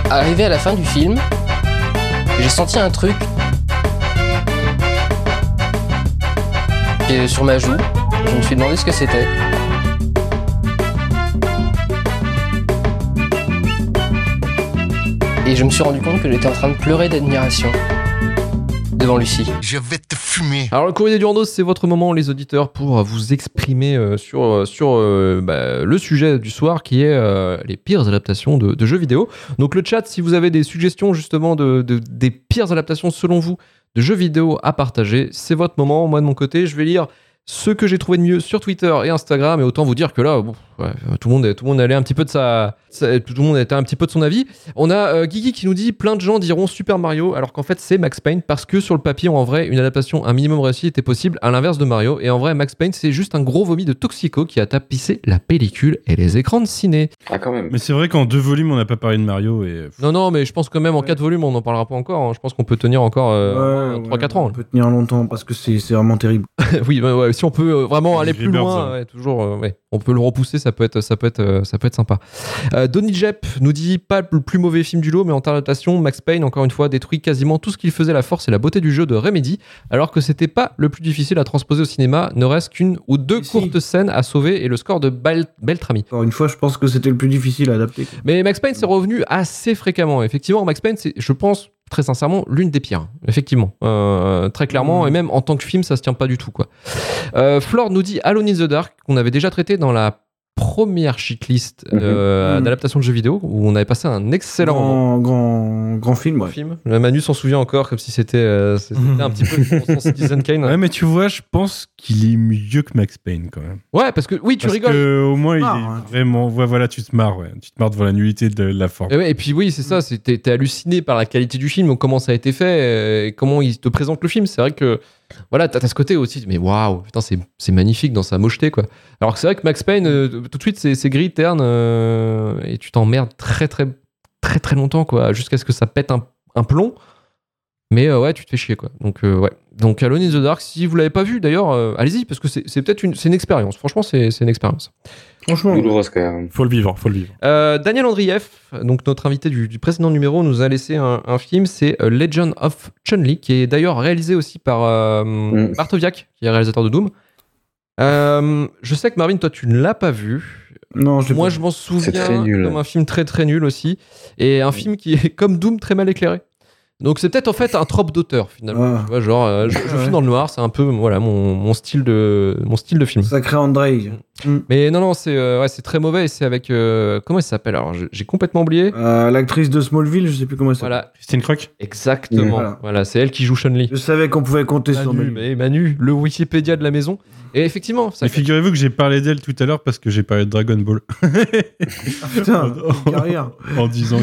Arrivé à la fin du film, j'ai senti un truc sur ma joue. Je me suis demandé ce que c'était. Et je me suis rendu compte que j'étais en train de pleurer d'admiration devant Lucie. Je vais te fumer. Alors le courrier du Randos, c'est votre moment, les auditeurs, pour vous exprimer sur le sujet du soir, qui est les pires adaptations de jeux vidéo. Donc le chat, si vous avez des suggestions justement des pires adaptations selon vous de jeux vidéo à partager, c'est votre moment. Moi de mon côté, je vais lire ce que j'ai trouvé de mieux sur Twitter et Instagram, et autant vous dire que là, tout le monde allait un petit peu de tout le monde était un petit peu de son avis. On a Guigui qui nous dit plein de gens diront Super Mario, alors qu'en fait c'est Max Payne, parce que sur le papier, en vrai, une adaptation un minimum réussie était possible, à l'inverse de Mario. Et en vrai, Max Payne, c'est juste un gros vomi de toxico qui a tapissé la pellicule et les écrans de ciné. Ah, quand même. Mais c'est vrai qu'en 2 volumes, on n'a pas parlé de Mario. Non, mais je pense que même en 4 volumes, on n'en parlera pas encore. Hein. Je pense qu'on peut tenir encore 3-4 ans. On peut tenir longtemps parce que c'est vraiment terrible. Oui, si on peut vraiment aller plus loin, toujours, on peut le repousser, ça peut être sympa. Donny Jep nous dit pas le plus mauvais film du lot, mais en termes d'adaptation, Max Payne, encore une fois, détruit quasiment tout ce qu'il faisait la force et la beauté du jeu de Remedy, alors que c'était pas le plus difficile à transposer au cinéma, ne reste qu'une ou deux courtes scènes à sauver et le score de Beltrami. Encore une fois, je pense que c'était le plus difficile à adapter. Mais Max Payne c'est revenu assez fréquemment. Effectivement, Max Payne, c'est, je pense, très sincèrement, l'une des pires. Effectivement. Très clairement, et même en tant que film, ça se tient pas du tout, quoi. Flore nous dit Alone in the Dark, qu'on avait déjà traité dans la première shitlist d'adaptation de jeux vidéo, où on avait passé un excellent grand film, ouais. Manu s'en souvient encore comme si c'était un petit peu son Citizen Kane. Ouais, mais tu vois, je pense qu'il est mieux que Max Payne quand même. Ouais, parce que oui, tu rigoles. Parce que au moins, il est vraiment. Ouais, voilà, tu te marres, ouais. Tu te marres devant la nullité de la forme. Et puis oui, c'est ça. T'es halluciné par la qualité du film, comment ça a été fait, et comment il te présente le film. C'est vrai que voilà, t'as ce côté aussi, mais waouh, putain, c'est magnifique dans sa mocheté, quoi. Alors que c'est vrai que Max Payne, tout de suite, c'est gris, terne, et tu t'emmerdes très longtemps, quoi, jusqu'à ce que ça pète un plomb. Mais ouais, tu te fais chier, quoi. Donc Alone in the Dark, si vous l'avez pas vu, d'ailleurs, allez-y, parce que c'est peut-être une expérience. Franchement, c'est une expérience. Franchement, douloureuse quand même. Faut le vivre. Daniel Andrieff, donc notre invité du précédent numéro, nous a laissé un film, c'est Legend of Chun-Li, qui est d'ailleurs réalisé aussi par Bartowiak, qui est réalisateur de Doom. Je sais que Marvin, toi, tu ne l'as pas vu. Non, moi, je m'en souviens comme un film très nul aussi, et un film qui est comme Doom, très mal éclairé. Donc c'est peut-être en fait un trope d'auteur finalement. Tu vois, genre je filme dans le noir, c'est un peu voilà mon style de film. Sacré Andrei. Mais non c'est très mauvais, et c'est avec comment elle s'appelle, alors j'ai complètement oublié. L'actrice de Smallville, je sais plus comment elle s'appelle. Voilà, Christine Kroc. Exactement. Voilà, c'est elle qui joue Chun-Li. Je savais qu'on pouvait compter sur Manu, le Wikipédia de la maison. Et effectivement, mais figurez-vous que j'ai parlé d'elle tout à l'heure parce que j'ai parlé de Dragon Ball. Putain, carrière. en disant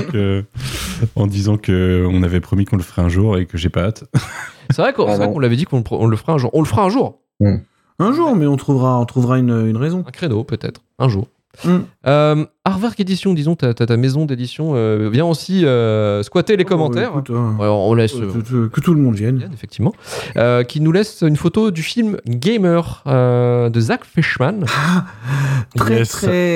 que on avait promis qu'on le ferait un jour et que j'ai pas hâte. C'est vrai qu'on l'avait dit qu'on le ferait un jour. On le fera un jour. Un jour, mais on trouvera une raison. Un créneau peut-être, un jour. Harvard Édition, disons, ta maison d'édition vient aussi squatter les commentaires. Écoute, on laisse que tout le monde vienne, effectivement. Qui nous laisse une photo du film Gamer de Zach Fishman. Très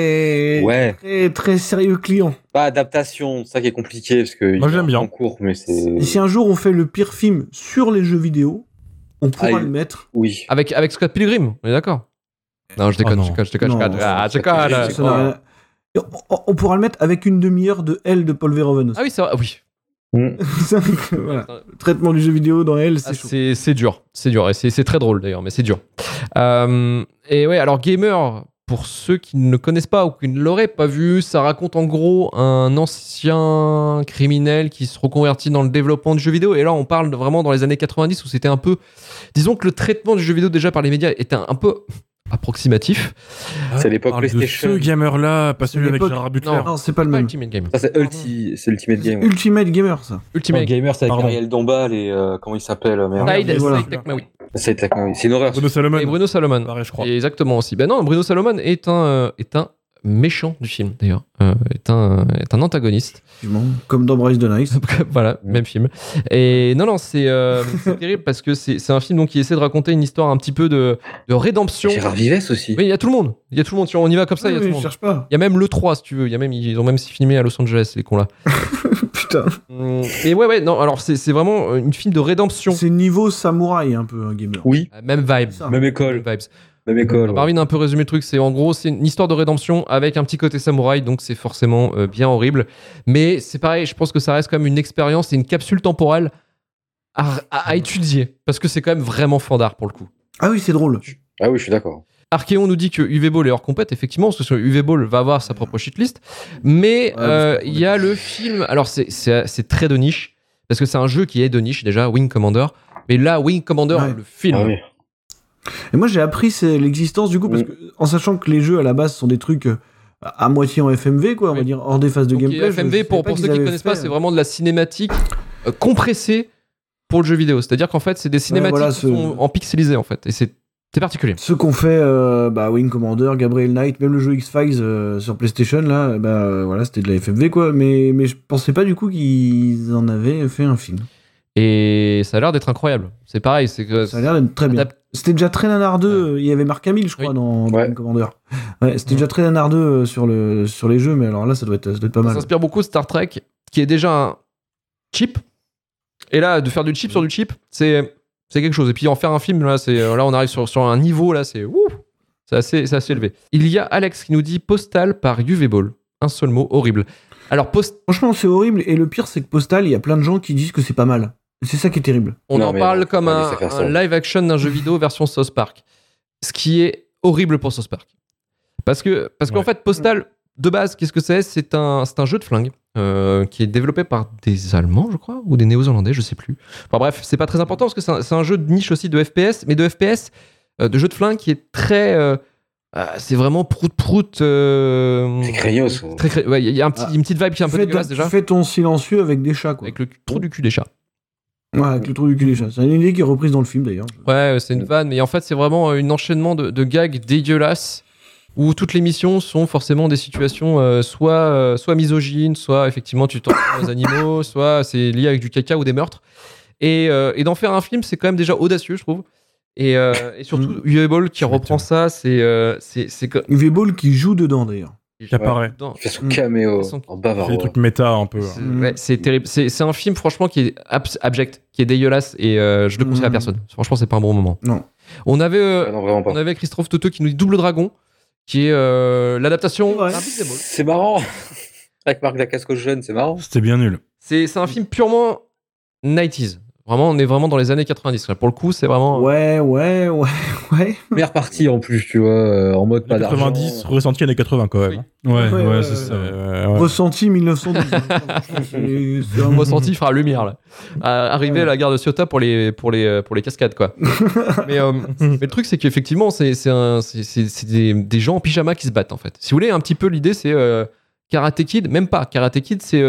sérieux client. Pas adaptation, ça qui est compliqué parce que moi j'aime bien. En cours, mais c'est. Et si un jour on fait le pire film sur les jeux vidéo, on pourra le mettre. Oui. Avec Scott Pilgrim, on est d'accord. Non, je déconne. On pourra le mettre avec une demi-heure de L de Paul Verhoeven aussi. Ah oui, c'est vrai, oui. Voilà. Le traitement du jeu vidéo dans L, c'est dur, et c'est très drôle d'ailleurs, mais c'est dur. Et ouais, alors Gamer, pour ceux qui ne le connaissent pas ou qui ne l'auraient pas vu, ça raconte en gros un ancien criminel qui se reconvertit dans le développement du jeu vidéo. Et là, on parle vraiment dans les années 90 où c'était un peu, disons que le traitement du jeu vidéo déjà par les médias était un peu approximatif. C'est l'époque PlayStation. Ce gamer-là, pas celui avec Gérard Butler. Non, c'est pas le même. Ultimate Game. Ça, c'est Ultimate Game. Ultimate Gamer, ça. Ultimate Gamer, c'est avec Ariel Dombal et comment il s'appelle Saïd Tekmaoui. C'est une horreur. Bruno Salomon. Et Bruno Salomon. Pareil, je crois. Et exactement aussi. Ben non, Bruno Salomon est un méchant du film, d'ailleurs, est un antagoniste. Comme dans Bryce the Nice. Voilà, même film. Et non, c'est terrible parce que c'est un film donc, qui essaie de raconter une histoire un petit peu de rédemption. Gérard Vives aussi. Oui, il y a tout le monde. On y va comme ça, il y a tout le monde. Cherche pas. Il y a même l'E3, si tu veux. Ils ont même filmé à Los Angeles, les cons là. Putain. Et ouais, non, alors c'est vraiment une film de rédemption. C'est niveau samouraï, un peu, un gamer. Oui. Même vibe. Même école. Même vibes. Même école. Marvin a un peu résumé le truc. C'est en gros, c'est une histoire de rédemption avec un petit côté samouraï, donc c'est forcément bien horrible. Mais c'est pareil, je pense que ça reste quand même une expérience et une capsule temporelle à étudier. Parce que c'est quand même vraiment fandard pour le coup. Ah oui, c'est drôle. Ah oui, je suis d'accord. Archéon nous dit que UV Ball est hors compète, effectivement, parce que UV Ball va avoir sa propre shitlist. Mais il y a le film. Alors, c'est très de niche, parce que c'est un jeu qui est de niche déjà, Wing Commander. Mais là, Wing Commander, le film. Ah oui. Et moi, j'ai appris l'existence du coup, parce que en sachant que les jeux à la base sont des trucs à moitié en FMV, quoi, on va dire, hors des phases de donc, gameplay. FMV, pour ceux qui ne connaissent pas, c'est vraiment de la cinématique compressée pour le jeu vidéo. C'est-à-dire qu'en fait, c'est des cinématiques qui sont en pixelisé, en fait. Et c'est particulier. Ceux qu'on fait Wing Commander, Gabriel Knight, même le jeu X-Files sur PlayStation, là, voilà, c'était de la FMV, quoi. Mais je pensais pas du coup qu'ils en avaient fait un film. Et ça a l'air d'être incroyable. C'est pareil, c'est que ça a l'air d'être très bien. C'était déjà très nanardeux. Il y avait Mark Hamill, je crois, dans Wing Commander. Ouais, c'était déjà très nanardeux sur les jeux, mais alors là, ça doit être pas mal. Ça s'inspire beaucoup de Star Trek, qui est déjà un chip. Et là, de faire du chip sur du chip, c'est quelque chose. Et puis en faire un film, là, on arrive sur un niveau, là, c'est assez élevé. Il y a Alex qui nous dit Postal par UV Ball. Un seul mot, horrible. Alors, franchement, c'est horrible. Et le pire, c'est que Postal, il y a plein de gens qui disent que c'est pas mal. C'est ça qui est terrible. On en parle comme un live action d'un jeu vidéo version South Park. Ce qui est horrible pour South Park. Parce qu'en fait, Postal, de base, qu'est-ce que c'est ? C'est un jeu de flingue qui est développé par des Allemands, je crois, ou des Néo-Zélandais, je sais plus. Enfin bref, c'est pas très important parce que c'est un jeu de niche aussi de FPS, mais de FPS, de jeu de flingue qui est très... c'est vraiment prout. C'est craignos. Ouais, il y a une petite vibe qui est un peu dégueulasse déjà. Tu fais ton silencieux avec des chats, quoi. Avec le trou du cul des chats. Ouais, avec le trou du cul des chats. C'est une idée qui est reprise dans le film d'ailleurs. Ouais, c'est une vanne, mais en fait, c'est vraiment un enchaînement de gags dégueulasses où toutes les missions sont forcément des situations soit misogynes, soit effectivement tu t'en prends aux animaux, soit c'est lié avec du caca ou des meurtres. Et d'en faire un film, c'est quand même déjà audacieux, je trouve. Et surtout, UV Ball qui reprend ça, c'est UV Ball qui joue dedans d'ailleurs. Qui apparaît. Il fait son caméo en bavarois. Des trucs méta un peu. Ouais, c'est terrible. C'est un film, franchement, qui est abject, qui est dégueulasse et je le conseille à personne. Franchement, c'est pas un bon moment. Non. On avait, non, vraiment pas. On avait Christophe Toto qui nous dit Double Dragon, qui est l'adaptation d'un beat'em all. C'est marrant. Avec Marc Dacascos jeune, c'est marrant. C'était bien nul. C'est un film purement 90s. Vraiment, on est vraiment dans les années 90. Là. Pour le coup, c'est vraiment... Ouais. Première partie en plus, tu vois, en mode pas d'argent. 90, ressenti années 80 quand même. Oui. Ouais, c'est ça. Ressenti 1912. Ressenti fera lumière, là. Arriver à la gare de Ciotat pour les cascades, quoi. mais le truc, c'est qu'effectivement, c'est des gens en pyjama qui se battent, en fait. Si vous voulez, un petit peu l'idée, c'est... Karate Kid, même pas. Karate Kid, c'est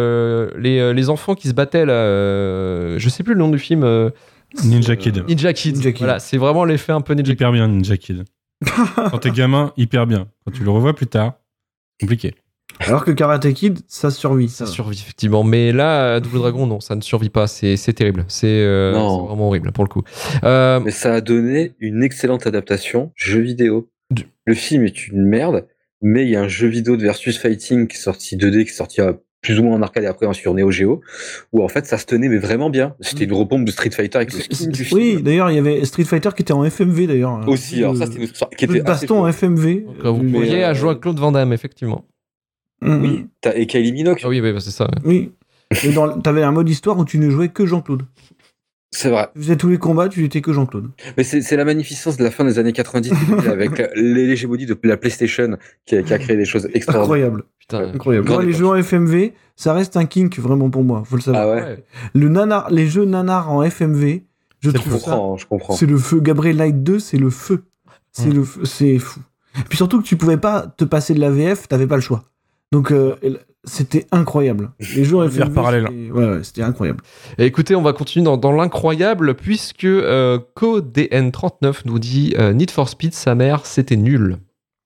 les enfants qui se battaient là. Je sais plus le nom du film. Ninja Kid. Ninja Kid. Voilà, c'est vraiment l'effet un peu Ninja Kid. Hyper bien, Ninja Kid. Quand t'es gamin, hyper bien. Quand tu le revois plus tard, compliqué. Alors que Karate Kid, ça survit. Ça survit, effectivement. Mais là, Double Dragon, non, ça ne survit pas. C'est terrible. C'est vraiment horrible, pour le coup. Mais ça a donné une excellente adaptation jeu vidéo. Le film est une merde. Mais il y a un jeu vidéo de Versus Fighting qui est sorti 2D, qui est sorti plus ou moins en arcade et après sur Neo Geo, où en fait ça se tenait mais vraiment bien. C'était une repompe de Street Fighter avec le skin du film. Oui, d'ailleurs il y avait Street Fighter qui était en FMV d'ailleurs. Aussi, alors ça c'était qui était baston en FMV. Donc, vous pourriez à jouer à Claude Van Damme, effectivement. Oui, et Kylie Minogue. Ah oui, c'est ça. Oui. Et t'avais un mode histoire où tu ne jouais que Jean-Claude. C'est vrai. Tu faisais tous les combats, tu n'étais que Jean-Claude. Mais c'est la magnificence de la fin des années 90 avec l'hégémonie de la PlayStation qui a créé des choses extraordinaires. Incroyable. Putain, incroyable. Moi, les jeux en FMV, ça reste un kink vraiment pour moi, faut le savoir. Ah ouais. Les jeux nanar en FMV, je comprends. C'est le feu. Gabriel Knight 2, c'est le feu. C'est le feu. C'est fou. Et puis surtout que tu pouvais pas te passer de la VF, t'avais pas le choix. Donc c'était incroyable. Les jeux en FMV, c'était incroyable. Et écoutez, on va continuer dans l'incroyable puisque CoDN39 nous dit Need for Speed, sa mère, c'était nul.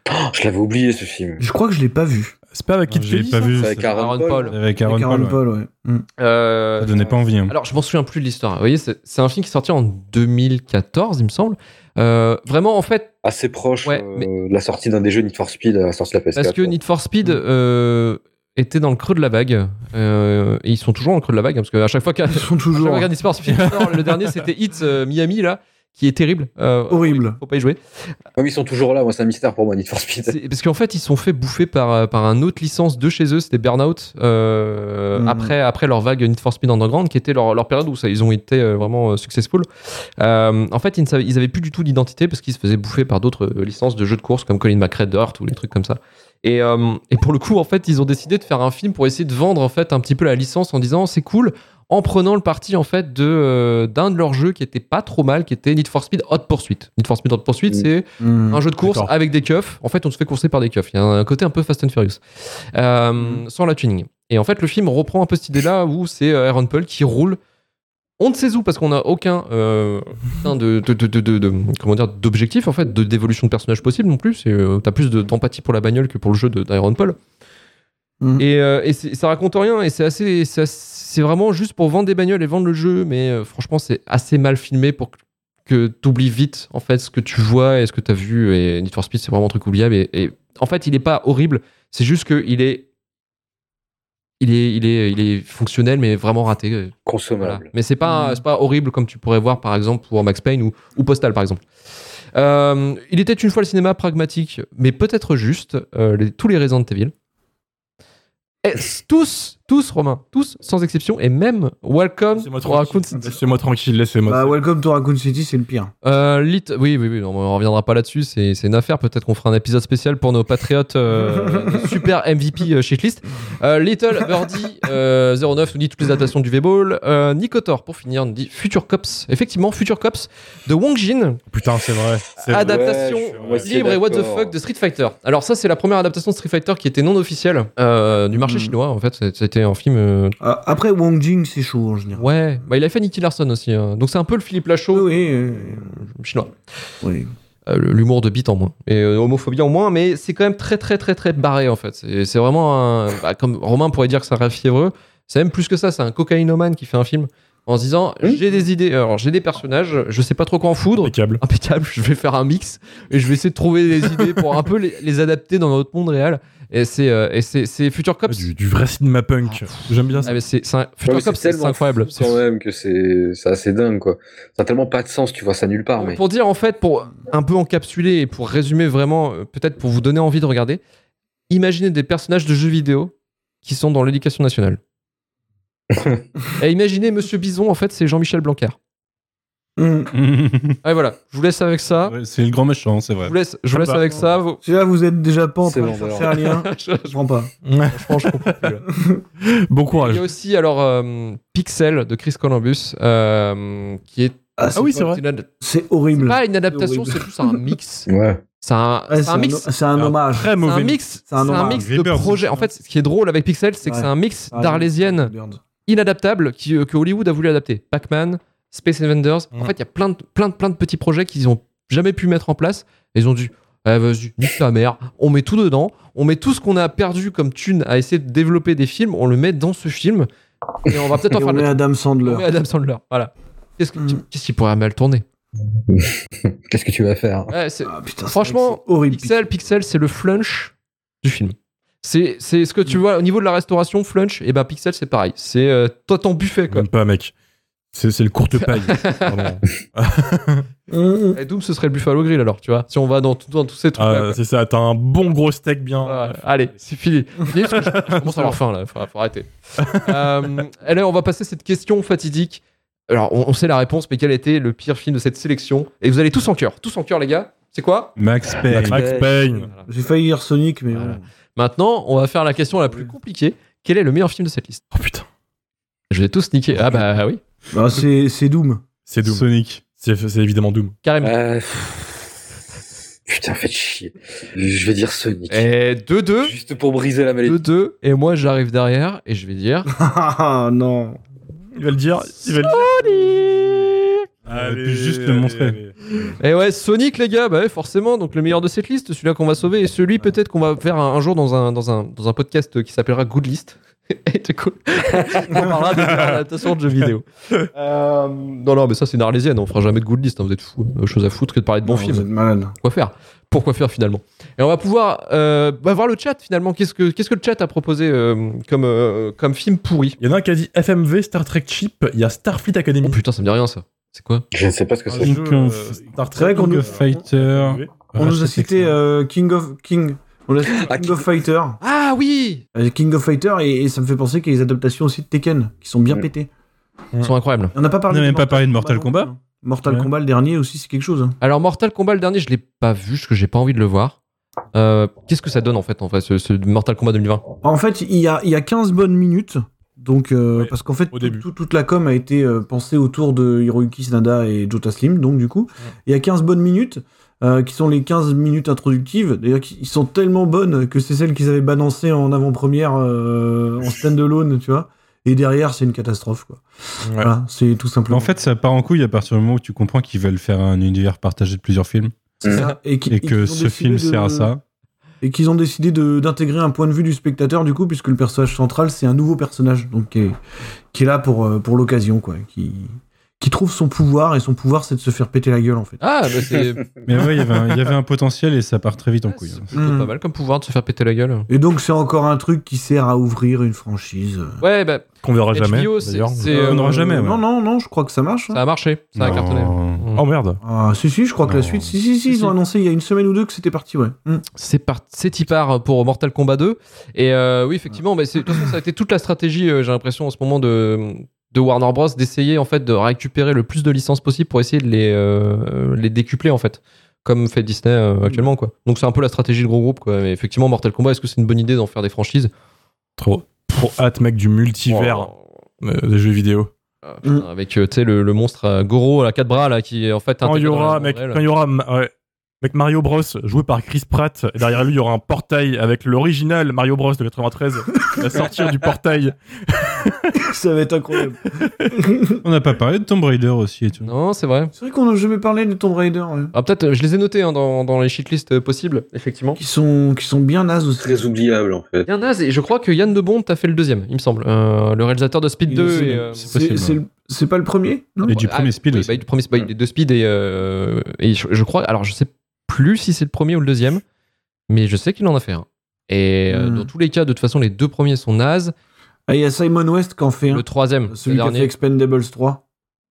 Je l'avais oublié ce film. Je crois que je l'ai pas vu. C'est pas avec qui je l'ai pas vu. C'est avec Aaron Paul. Avec Aaron Paul, ouais. Ça donnait pas envie. Alors, je m'en souviens plus de l'histoire. Vous voyez, c'est un film qui est sorti en 2014, il me semble. Vraiment, en fait... Assez proche de la sortie d'un des jeux Need for Speed à la sortie de la PS4. Parce que Need for Speed était dans le creux de la vague. Et ils sont toujours dans le creux de la vague. Parce qu'à chaque fois Ils sont toujours... Need for Speed sort, le dernier, c'était Hits Miami, là, qui est terrible. Horrible. Faut pas y jouer. Comme ils sont toujours là, moi, c'est un mystère pour moi, Need for Speed. Parce qu'en fait, ils se sont fait bouffer par un autre licence de chez eux, c'était Burnout, après leur vague Need for Speed Underground, qui était leur période où ils ont été vraiment successful. En fait, ils avaient plus du tout d'identité parce qu'ils se faisaient bouffer par d'autres licences de jeux de course comme Colin McRae Dirt ou les trucs comme ça. Et pour le coup, en fait, ils ont décidé de faire un film pour essayer de vendre en fait un petit peu la licence en disant c'est cool, en prenant le parti en fait d'un de leurs jeux qui était pas trop mal, qui était Need for Speed Hot Pursuit. Need for Speed Hot Pursuit, c'est un jeu de course avec des keufs. En fait, on se fait courser par des keufs. Il y a un côté un peu Fast and Furious, sans la tuning. Et en fait, le film reprend un peu cette idée-là où c'est Aaron Paul qui roule. On ne sait où parce qu'on n'a aucun d'objectif en fait, d'évolution de personnage possible non plus. T'as plus d'empathie pour la bagnole que pour le jeu d'Iron Paul. Et ça raconte rien et c'est vraiment juste pour vendre des bagnoles et vendre le jeu, mais franchement c'est assez mal filmé pour que t'oublies vite en fait ce que tu vois et ce que t'as vu. Et Need for Speed c'est vraiment un truc oubliable et en fait il est pas horrible, c'est juste que il est fonctionnel mais vraiment raté. Consommable. Voilà. Mais c'est pas horrible comme tu pourrais voir par exemple pour Max Payne ou Postal par exemple. Il était une fois le cinéma pragmatique mais peut-être juste, tous les Resident Evil. Et tous Romain, tous sans exception, et même Welcome to Raccoon City. Laissez-moi tranquille, laissez-moi. Welcome to Raccoon City, c'est le pire. Oui, on reviendra pas là-dessus, c'est une affaire. Peut-être qu'on fera un épisode spécial pour nos patriotes super MVP shitlist. Little Birdie 09 nous dit toutes les adaptations du V-Ball. Nicotor, pour finir, nous dit Future Cops. Effectivement, Future Cops de Wong Jin. Putain, c'est vrai. Adaptation libre et what the fuck de Street Fighter. Alors ça, c'est la première adaptation de Street Fighter qui était non officielle du marché chinois. En fait, c'était un film. Après, Wong Jing, c'est chaud en général. Ouais, il a fait Nicky Larson aussi. Donc c'est un peu le Philippe Lachaud chinois. Oui. L'humour de bite en moins et homophobie en moins, mais c'est quand même très très très très barré en fait. C'est vraiment comme Romain pourrait dire que c'est un rêve fiévreux. C'est même plus que ça. C'est un cocaïnomane qui fait un film en se disant j'ai des idées, alors j'ai des personnages, je sais pas trop quoi en foudre. Impeccable. Je vais faire un mix et je vais essayer de trouver des idées pour un peu les adapter dans notre monde réel. Et c'est Future Cops. Du vrai cinéma punk. J'aime bien ça. Future Cops, c'est incroyable. C'est quand même que c'est assez dingue, quoi. Ça n'a tellement pas de sens, tu vois ça nulle part. Mais... Pour dire, en fait, pour un peu encapsuler et pour résumer vraiment, peut-être pour vous donner envie de regarder, imaginez des personnages de jeux vidéo qui sont dans l'éducation nationale. Et imaginez Monsieur Bison, en fait, c'est Jean-Michel Blanquer. Allez, voilà, je vous laisse avec ça. Ouais, c'est le grand méchant, c'est vrai. Je vous laisse avec ça. Si là vous êtes déjà pas en train de chercher un lien, je prends pas. Franchement, je comprends plus. Bon courage. Il y a aussi alors Pixel de Chris Columbus qui est. Oui, c'est vrai. C'est horrible. C'est pas une adaptation, c'est plus un mix. Ouais. C'est un mix. C'est un hommage. Très mauvais. C'est un mix de projets. En fait, ce qui est drôle avec Pixel, c'est que c'est un mix d'arlésiennes inadaptables que Hollywood a voulu adapter. Pac-Man, Space Invaders. En fait, il y a plein de petits projets qu'ils n'ont jamais pu mettre en place. Et ils ont dit vas-y, nique ta mère, on met tout dedans, on met tout ce qu'on a perdu comme thune à essayer de développer des films, on le met dans ce film et on va peut-être en faire. On met Adam Sandler. Voilà. Qu'est-ce qui pourrait mal tourner? Qu'est-ce que tu vas faire? Putain, franchement, horrible. Pixel, c'est le flunch du film. C'est ce que tu vois au niveau de la restauration, flunch, et Pixel, c'est pareil. C'est toi ton buffet, quoi. Même pas, mec. C'est le courte paille. Et Doom, ce serait le Buffalo Grill, alors, tu vois. Si on va dans tous ces trucs. C'est ça, t'as un bon gros steak bien. Allez, c'est fini. Je commence à avoir faim, là. Faut arrêter. Allez, on va passer cette question fatidique. Alors, on sait la réponse, mais quel était le pire film de cette sélection? Et vous allez tous en cœur, les gars. C'est quoi? Max Payne. Voilà. J'ai failli dire Sonic, mais voilà. Maintenant, on va faire la question la plus compliquée. Quel est le meilleur film de cette liste? Oh putain. Je vais tous niquer. Ah bah oui. C'est Doom. C'est Doom. Sonic. C'est évidemment Doom. Carrément. Putain, faites chier. Je vais dire Sonic. Et 2-2. Juste pour briser la maladie. 2-2. Et moi, j'arrive derrière et je vais dire... Ah non. Il va le dire. Allez, juste le montrer. Et ouais, Sonic, les gars, bah ouais, forcément. Donc le meilleur de cette liste, celui-là qu'on va sauver, et celui peut-être qu'on va faire un jour dans un podcast qui s'appellera Good List. Et du coup, on parlera de l'adaptation de jeux vidéo. Non, mais ça c'est une arlésienne, on fera jamais de Good List, hein, vous êtes fous. Chose à foutre que de parler de bons films. Vous êtes malade. Pourquoi faire finalement? Et on va pouvoir voir le chat finalement. Qu'est-ce que le chat a proposé comme film pourri? Il y en a un qui a dit FMV, Star Trek Chip, il y a Starfleet Academy. Oh putain, ça me dit rien ça. C'est quoi? Je ne sais pas ce que c'est. Star Trek, King of Fighter. On nous a cité King of Fighter. Ah oui! King of Fighter, et ça me fait penser qu'il y a les adaptations aussi de Tekken qui sont bien pétées. Ils sont incroyables. On n'a pas parlé. On n'a même pas parlé de Mortal Kombat. Mortal Kombat, le dernier aussi, c'est quelque chose. Hein. Alors Mortal Kombat le dernier, je l'ai pas vu parce que j'ai pas envie de le voir. Qu'est-ce que ça donne en fait ce Mortal Kombat 2020? En fait, il y a 15 bonnes minutes. Donc, parce qu'en fait, toute la com a été pensée autour de Hiroyuki Sanada et Jota Slim. Donc, du coup, il y a 15 bonnes minutes qui sont les 15 minutes introductives. D'ailleurs, qui sont tellement bonnes que c'est celles qu'ils avaient balancées en avant-première en stand-alone, tu vois. Et derrière, c'est une catastrophe, quoi. Ouais. Voilà, c'est tout simplement. En fait, ça part en couille à partir du moment où tu comprends qu'ils veulent faire un univers partagé de plusieurs films. C'est ça. Et que ce film sert à ça. Et qu'ils ont décidé d'intégrer un point de vue du spectateur, du coup, puisque le personnage central, c'est un nouveau personnage, donc qui est là pour l'occasion, quoi. Qui trouve son pouvoir, et son pouvoir, c'est de se faire péter la gueule, en fait. Ah, bah c'est. Mais ouais, il y avait un potentiel et ça part très vite en couille. C'est plutôt pas mal comme pouvoir de se faire péter la gueule. Et donc, c'est encore un truc qui sert à ouvrir une franchise. Ouais, bah. Qu'on verra jamais. HBO, d'ailleurs. On n'aura jamais. Ouais. Non, je crois que ça marche. Ça a marché, ça a cartonné. Oh merde. Ah, si, je crois que la suite. Si, ils ont annoncé il y a une semaine ou deux que c'était parti, ouais. C'est y part pour Mortal Kombat 2. Et oui, effectivement, de toute façon, ça a été toute la stratégie, j'ai l'impression, en ce moment de Warner Bros. D'essayer en fait de récupérer le plus de licences possible pour essayer de les décupler en fait, comme fait Disney actuellement, quoi. Donc c'est un peu la stratégie de gros groupe, quoi. Mais effectivement, Mortal Kombat, est-ce que c'est une bonne idée d'en faire des franchises? Trop hâte, mec, du multivers des jeux vidéo. Avec tu sais le monstre Goro à 4 bras là qui est en fait quand il y aura mec, Mario Bros joué par Chris Pratt, et derrière lui il y aura un portail avec l'original Mario Bros de 93 qui va sortir du portail. Ça va être incroyable. On n'a pas parlé de Tomb Raider aussi et tout. Non, c'est vrai. C'est vrai qu'on n'a jamais parlé de Tomb Raider. Ouais. Ah, peut-être, je les ai notés dans les shitlists possibles, effectivement. Qui sont bien nazes aussi. Très oubliables en fait. Bien naze, et je crois que Yann de Bont a fait le deuxième, il me semble. Le réalisateur de Speed 2. C'est possible. C'est pas le premier, non? Et du premier Speed aussi. Du premier Speed, des deux Speed et je crois, alors je sais plus si c'est le premier ou le deuxième, mais je sais qu'il en a fait un. Et dans tous les cas, de toute façon, les deux premiers sont nazes. Ah, il y a Simon West qui en fait un. Le troisième, celui qui a fait Expendables 3.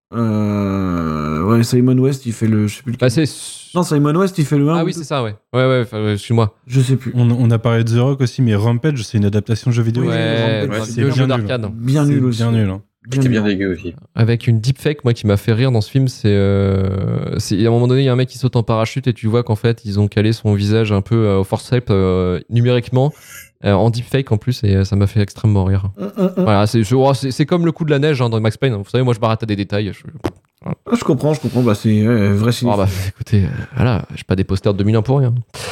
Ouais, Simon West, il fait le. Je sais plus lequel. Non, Simon West, il fait le 1. Ah oui, c'est ça, ouais. Ouais, excuse-moi. Je sais plus. On a parlé de The Rock aussi, mais Rampage, c'est une adaptation de jeu vidéo. Ouais, c'est le jeu bien d'arcade. nul. Bien nul aussi. Bien nul. Hein. C'était bien dégueu aussi. Avec une deepfake, moi, qui m'a fait rire dans ce film, c'est à un moment donné, il y a un mec qui saute en parachute et tu vois qu'en fait, ils ont calé son visage un peu au forceps numériquement, en deepfake en plus, et ça m'a fait extrêmement rire. Voilà, c'est comme le coup de la neige dans Max Payne. Vous savez, moi, je m'arrête à des détails. Je comprends. Bah, c'est vrai cinéma. Ah bah, écoutez, voilà, j'ai pas des posters de 2001 pour rien.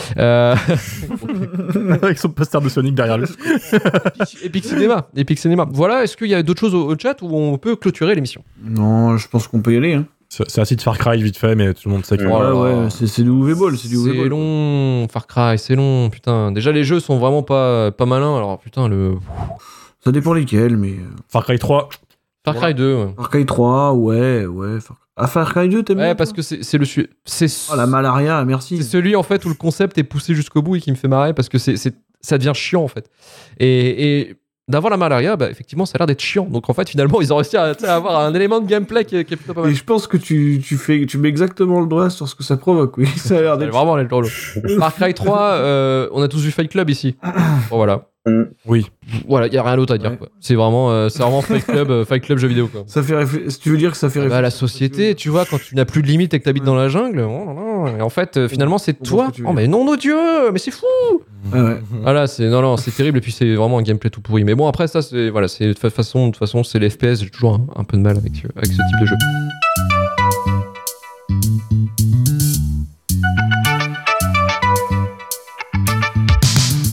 Avec son poster de Sonic derrière lui. Epic Cinéma. Voilà, est-ce qu'il y a d'autres choses au chat où on peut clôturer l'émission? Non, je pense qu'on peut y aller. Hein. C'est un site Far Cry vite fait, mais tout le monde sait que... Ouais, c'est du UV Ball. C'est long, Far Cry, c'est long, putain. Déjà, les jeux sont vraiment pas malins, alors putain, Ça dépend lesquels, mais... Far Cry 3... Far Cry 2. Ouais. Far Cry 3, ouais. Far Cry 2, t'aimes bien? Ouais, parce que c'est le... Oh, la malaria, merci. C'est celui, en fait, où le concept est poussé jusqu'au bout et qui me fait marrer, parce que ça devient chiant, en fait. Et d'avoir la malaria, bah, effectivement, ça a l'air d'être chiant. Donc, en fait, finalement, ils ont réussi à avoir un élément de gameplay qui est plutôt pas mal. Et je pense que tu mets exactement le doigt sur ce que ça provoque, oui. Ça a l'air d'être... Vraiment, le Far Cry 3, on a tous vu Fight Club ici. Bon, voilà. Oui. Voilà, il n'y a rien d'autre à dire. Quoi. C'est vraiment Fight Club jeu vidéo. Quoi. Ça fait tu veux dire que ça fait réfléchir la société, tu vois, quand tu n'as plus de limites et que tu habites dans la jungle, et en fait, finalement, c'est toi. Oh, mais non, mon Dieu, mais c'est fou! Ouais. Voilà, c'est terrible, et puis c'est vraiment un gameplay tout pourri. Mais bon, après, ça, c'est de toute façon, c'est les FPS, j'ai toujours un peu de mal avec ce type de jeu.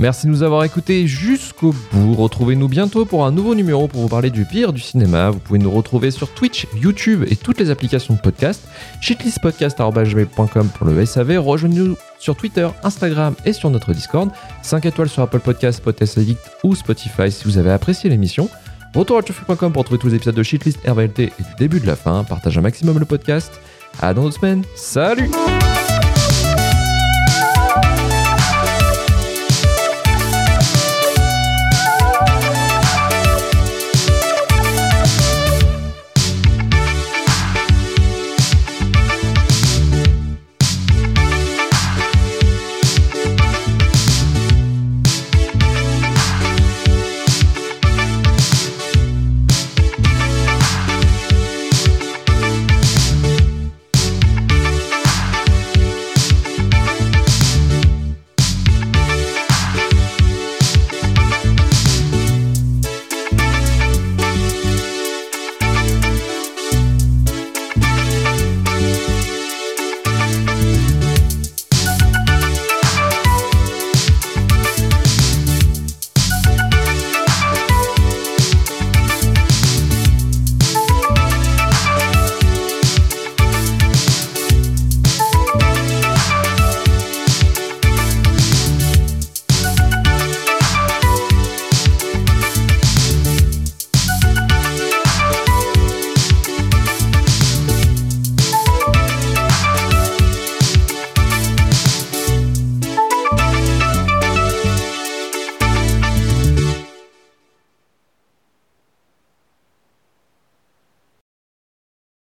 Merci de nous avoir écoutés jusqu'au bout. Retrouvez-nous bientôt pour un nouveau numéro pour vous parler du pire du cinéma. Vous pouvez nous retrouver sur Twitch, YouTube et toutes les applications de podcast. shitlistpodcast@gmail.com pour le SAV. Rejoignez-nous sur Twitter, Instagram et sur notre Discord. 5 étoiles sur Apple Podcasts, Podcast Addict ou Spotify si vous avez apprécié l'émission. Retour à tuffu.com pour trouver tous les épisodes de Shitlist, RVLT et du début de la fin. Partagez un maximum le podcast. À dans 2 semaines. Salut!